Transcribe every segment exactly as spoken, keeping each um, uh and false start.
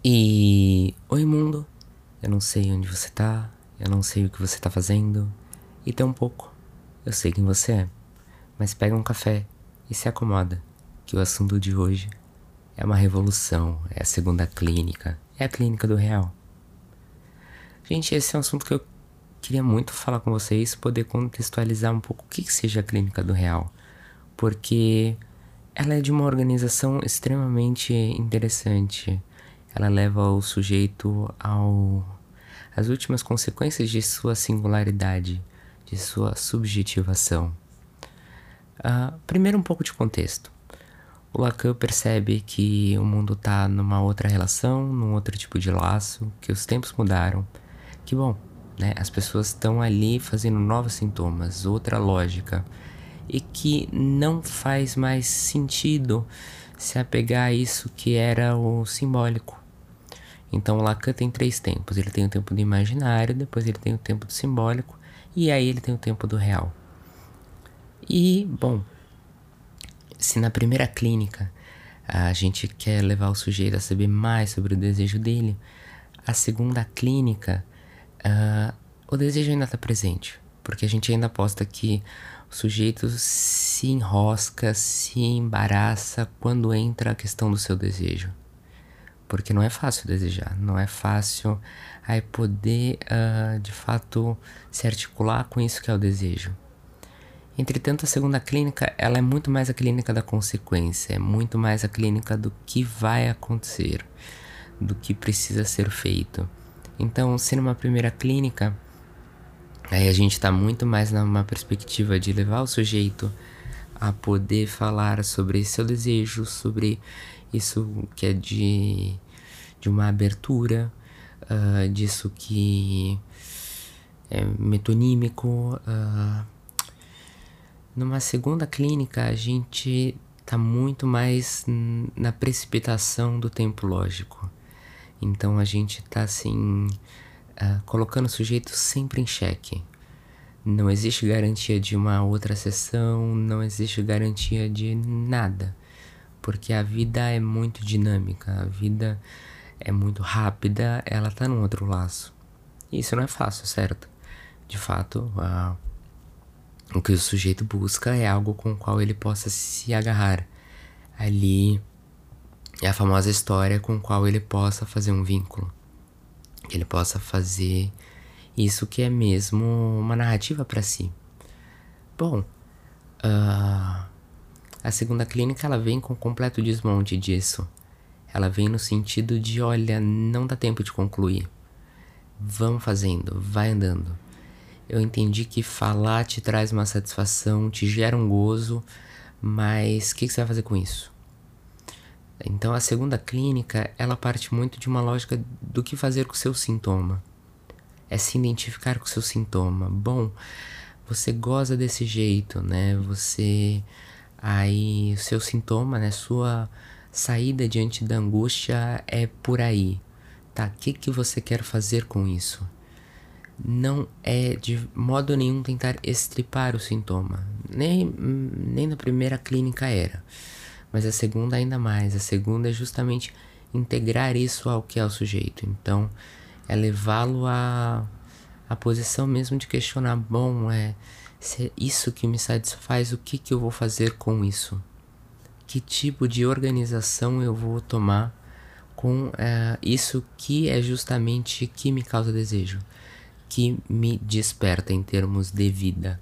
E oi mundo, eu não sei onde você tá, eu não sei o que você tá fazendo, e tampouco eu sei quem você é. Mas pega um café e se acomoda, que o assunto de hoje é uma revolução, é a segunda clínica, é a clínica do real. Gente, esse é um assunto que eu queria muito falar com vocês, poder contextualizar um pouco o que, que seja a clínica do real, porque ela é de uma organização extremamente interessante. Ela leva o sujeito ao às últimas consequências de sua singularidade, de sua subjetivação. Uh, primeiro, um pouco de contexto. O Lacan percebe que o mundo está numa outra relação, num outro tipo de laço, que os tempos mudaram, que bom, né? As pessoas estão ali fazendo novos sintomas, outra lógica, e que não faz mais sentido se apegar a isso que era o simbólico. Então o Lacan tem três tempos, ele tem o tempo do imaginário, depois ele tem o tempo do simbólico, e aí ele tem o tempo do real. E, bom, se na primeira clínica a gente quer levar o sujeito a saber mais sobre o desejo dele, a segunda clínica, uh, o desejo ainda está presente, porque a gente ainda aposta que o sujeito se enrosca, se embaraça quando entra a questão do seu desejo. Porque não é fácil desejar, não é fácil aí poder, uh, de fato, se articular com isso que é o desejo. Entretanto, a segunda clínica, ela é muito mais a clínica da consequência, é muito mais a clínica do que vai acontecer, do que precisa ser feito. Então, se numa primeira clínica, aí a gente está muito mais numa perspectiva de levar o sujeito a poder falar sobre seu desejo, sobre isso que é de, de uma abertura, uh, disso que é metonímico. Uh, numa segunda clínica, a gente tá muito mais na precipitação do tempo lógico. Então a gente tá assim, uh, colocando o sujeito sempre em xeque. Não existe garantia de uma outra sessão, não existe garantia de nada. Porque a vida é muito dinâmica, a vida é muito rápida, ela tá num outro laço. E isso não é fácil, certo? De fato, uh, o que o sujeito busca é algo com o qual ele possa se agarrar. Ali é a famosa história com a qual ele possa fazer um vínculo. Que ele possa fazer isso que é mesmo uma narrativa para si. Bom, uh, a segunda clínica ela vem com completo desmonte disso. Ela vem no sentido de, olha, não dá tempo de concluir. Vamos fazendo, vai andando. Eu entendi que falar te traz uma satisfação, te gera um gozo, mas o que, que você vai fazer com isso? Então a segunda clínica, ela parte muito de uma lógica do que fazer com o seu sintoma. É se identificar com o seu sintoma. Bom, você goza desse jeito, né? Você... Aí o seu sintoma, né? Sua saída diante da angústia é por aí. Tá, o que, que você quer fazer com isso? Não é de modo nenhum tentar estripar o sintoma. Nem, nem na primeira clínica era. Mas a segunda ainda mais. A segunda é justamente integrar isso ao que é o sujeito. Então, é levá-lo a, a posição mesmo de questionar. Bom, é, se é isso que me satisfaz, o que, que eu vou fazer com isso? Que tipo de organização eu vou tomar com é, isso que é justamente que me causa desejo, que me desperta em termos de vida.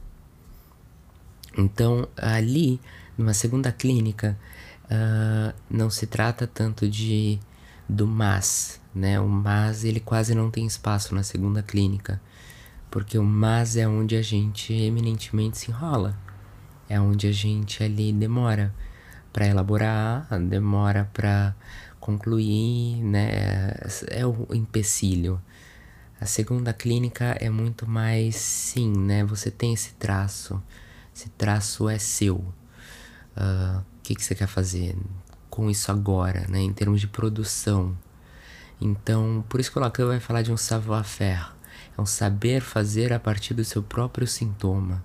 Então, ali, numa segunda clínica, uh, não se trata tanto de do mas, né? O mas, ele quase não tem espaço na segunda clínica, porque o mas é onde a gente eminentemente se enrola, é onde a gente ali demora para elaborar, demora para concluir, né? É o empecilho. A segunda clínica é muito mais, sim, né? Você tem esse traço, esse traço é seu. Uh, o que, que você quer fazer com isso agora, né? Em termos de produção. Então, por isso que o Lacan vai falar de um savoir-faire. É um saber fazer a partir do seu próprio sintoma.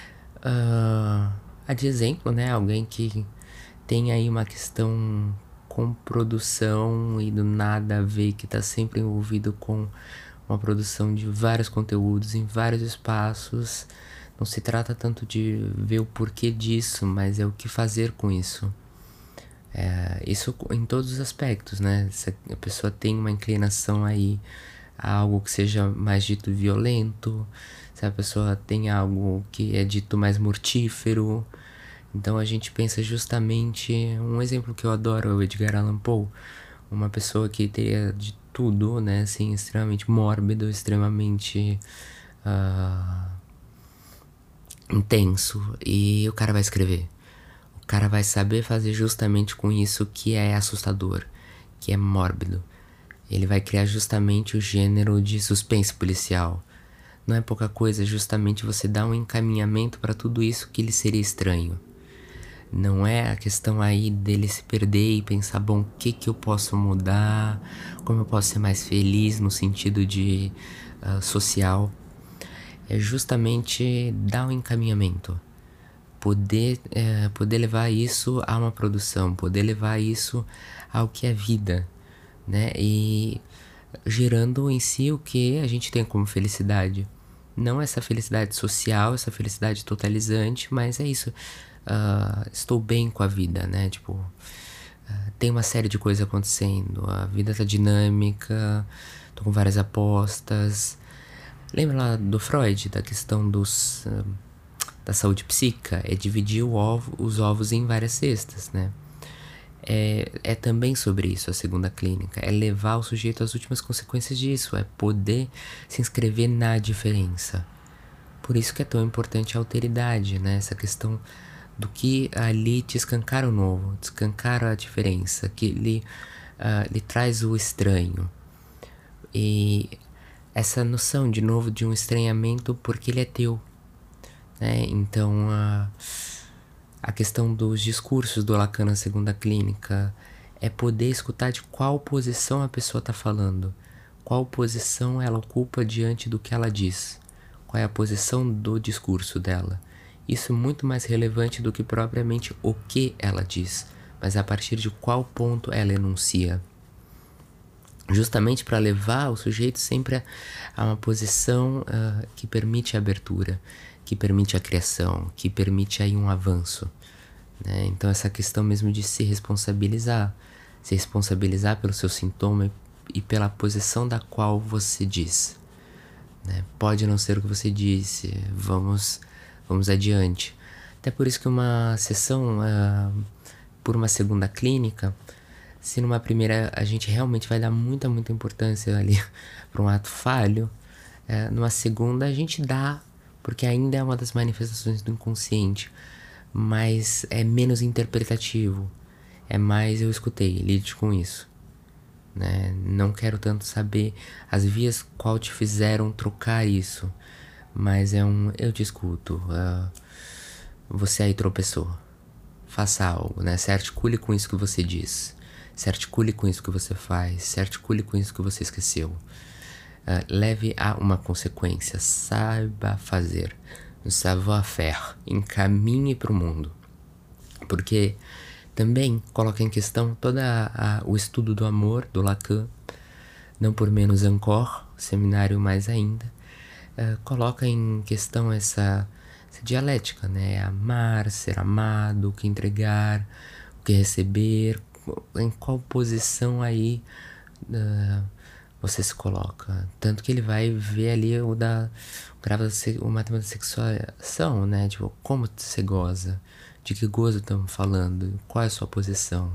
Uh, a de exemplo, né? Alguém que tem aí uma questão com produção e do nada a ver que tá sempre envolvido com uma produção de vários conteúdos em vários espaços. Não se trata tanto de ver o porquê disso, mas é o que fazer com isso. É, isso em todos os aspectos, né? Se a pessoa tem uma inclinação aí a algo que seja mais dito violento, se a pessoa tem algo que é dito mais mortífero. Então a gente pensa justamente, um exemplo que eu adoro é o Edgar Allan Poe, uma pessoa que teria de tudo, né, assim, extremamente mórbido, extremamente uh, intenso, e o cara vai escrever. O cara vai saber fazer justamente com isso que é assustador, que é mórbido. Ele vai criar justamente o gênero de suspense policial. Não é pouca coisa, justamente você dá um encaminhamento para tudo isso que lhe seria estranho. Não é a questão aí dele se perder e pensar, bom, o que que eu posso mudar, como eu posso ser mais feliz no sentido de uh, social. É justamente dar um encaminhamento. Poder, é, poder levar isso a uma produção, poder levar isso ao que é vida, né? E gerando em si o que a gente tem como felicidade. Não essa felicidade social, essa felicidade totalizante, mas é isso. Uh, estou bem com a vida, né? Tipo, uh, tem uma série de coisas acontecendo, a vida tá dinâmica, tô com várias apostas. Lembra lá do Freud, da questão dos, uh, da saúde psíquica? É dividir o ovo, os ovos em várias cestas, né? É, é também sobre isso a segunda clínica, é levar o sujeito às últimas consequências disso, é poder se inscrever na diferença. Por isso que é tão importante a alteridade, né? Essa questão do que ali te escancara o novo, te escancara a diferença, que lhe, uh, lhe traz o estranho. E essa noção, de novo, de um estranhamento porque ele é teu, né? Então, uh, a questão dos discursos do Lacan na segunda clínica é poder escutar de qual posição a pessoa está falando, qual posição ela ocupa diante do que ela diz, qual é a posição do discurso dela. Isso é muito mais relevante do que propriamente o que ela diz, mas a partir de qual ponto ela enuncia. Justamente para levar o sujeito sempre a, a uma posição uh, que permite a abertura, que permite a criação, que permite aí um avanço, né? Então essa questão mesmo de se responsabilizar, se responsabilizar pelo seu sintoma e pela posição da qual você diz, né? Pode não ser o que você disse, vamos... Vamos adiante. Até por isso que uma sessão uh, por uma segunda clínica, se numa primeira a gente realmente vai dar muita, muita importância ali para um ato falho, uh, numa segunda a gente dá, porque ainda é uma das manifestações do inconsciente, mas é menos interpretativo, é mais eu escutei, lide com isso, né? Não quero tanto saber as vias qual te fizeram trocar isso, mas é um, eu te escuto, uh, você aí tropeçou, faça algo, né? Se articule com isso que você diz, se articule com isso que você faz, se articule com isso que você esqueceu, uh, leve a uma consequência, saiba fazer, savoir-faire, encaminhe para o mundo, porque também coloca em questão todo o estudo do amor, do Lacan, não por menos Encore, seminário mais ainda, Uh, coloca em questão essa, essa dialética, né? Amar, ser amado, o que entregar, o que receber, em qual posição aí uh, você se coloca. Tanto que ele vai ver ali o da o grau da o matemática da sexuação, né? Tipo, como você goza, de que gozo estamos falando, qual é a sua posição.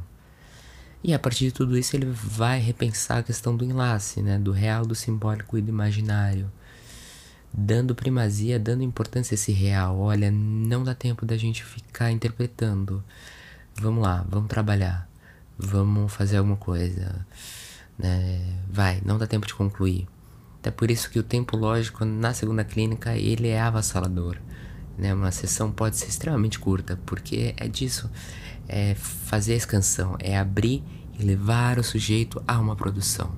E a partir de tudo isso ele vai repensar a questão do enlace, né? Do real, do simbólico e do imaginário, dando primazia, dando importância a esse real. Olha, não dá tempo da gente ficar interpretando. Vamos lá, vamos trabalhar, vamos fazer alguma coisa, né? Vai, não dá tempo de concluir. Até por isso que o tempo lógico na segunda clínica ele é avassalador, né? Uma sessão pode ser extremamente curta, porque é disso, é fazer a expansão, é abrir e levar o sujeito a uma produção.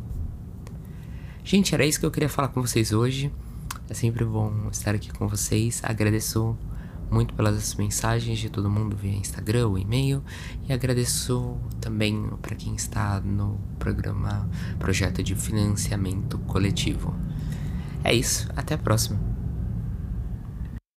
Gente, era isso que eu queria falar com vocês hoje. É sempre bom estar aqui com vocês. Agradeço muito pelas mensagens de todo mundo via Instagram ou e-mail, e agradeço também para quem está no programa projeto de financiamento coletivo. É isso, até a próxima.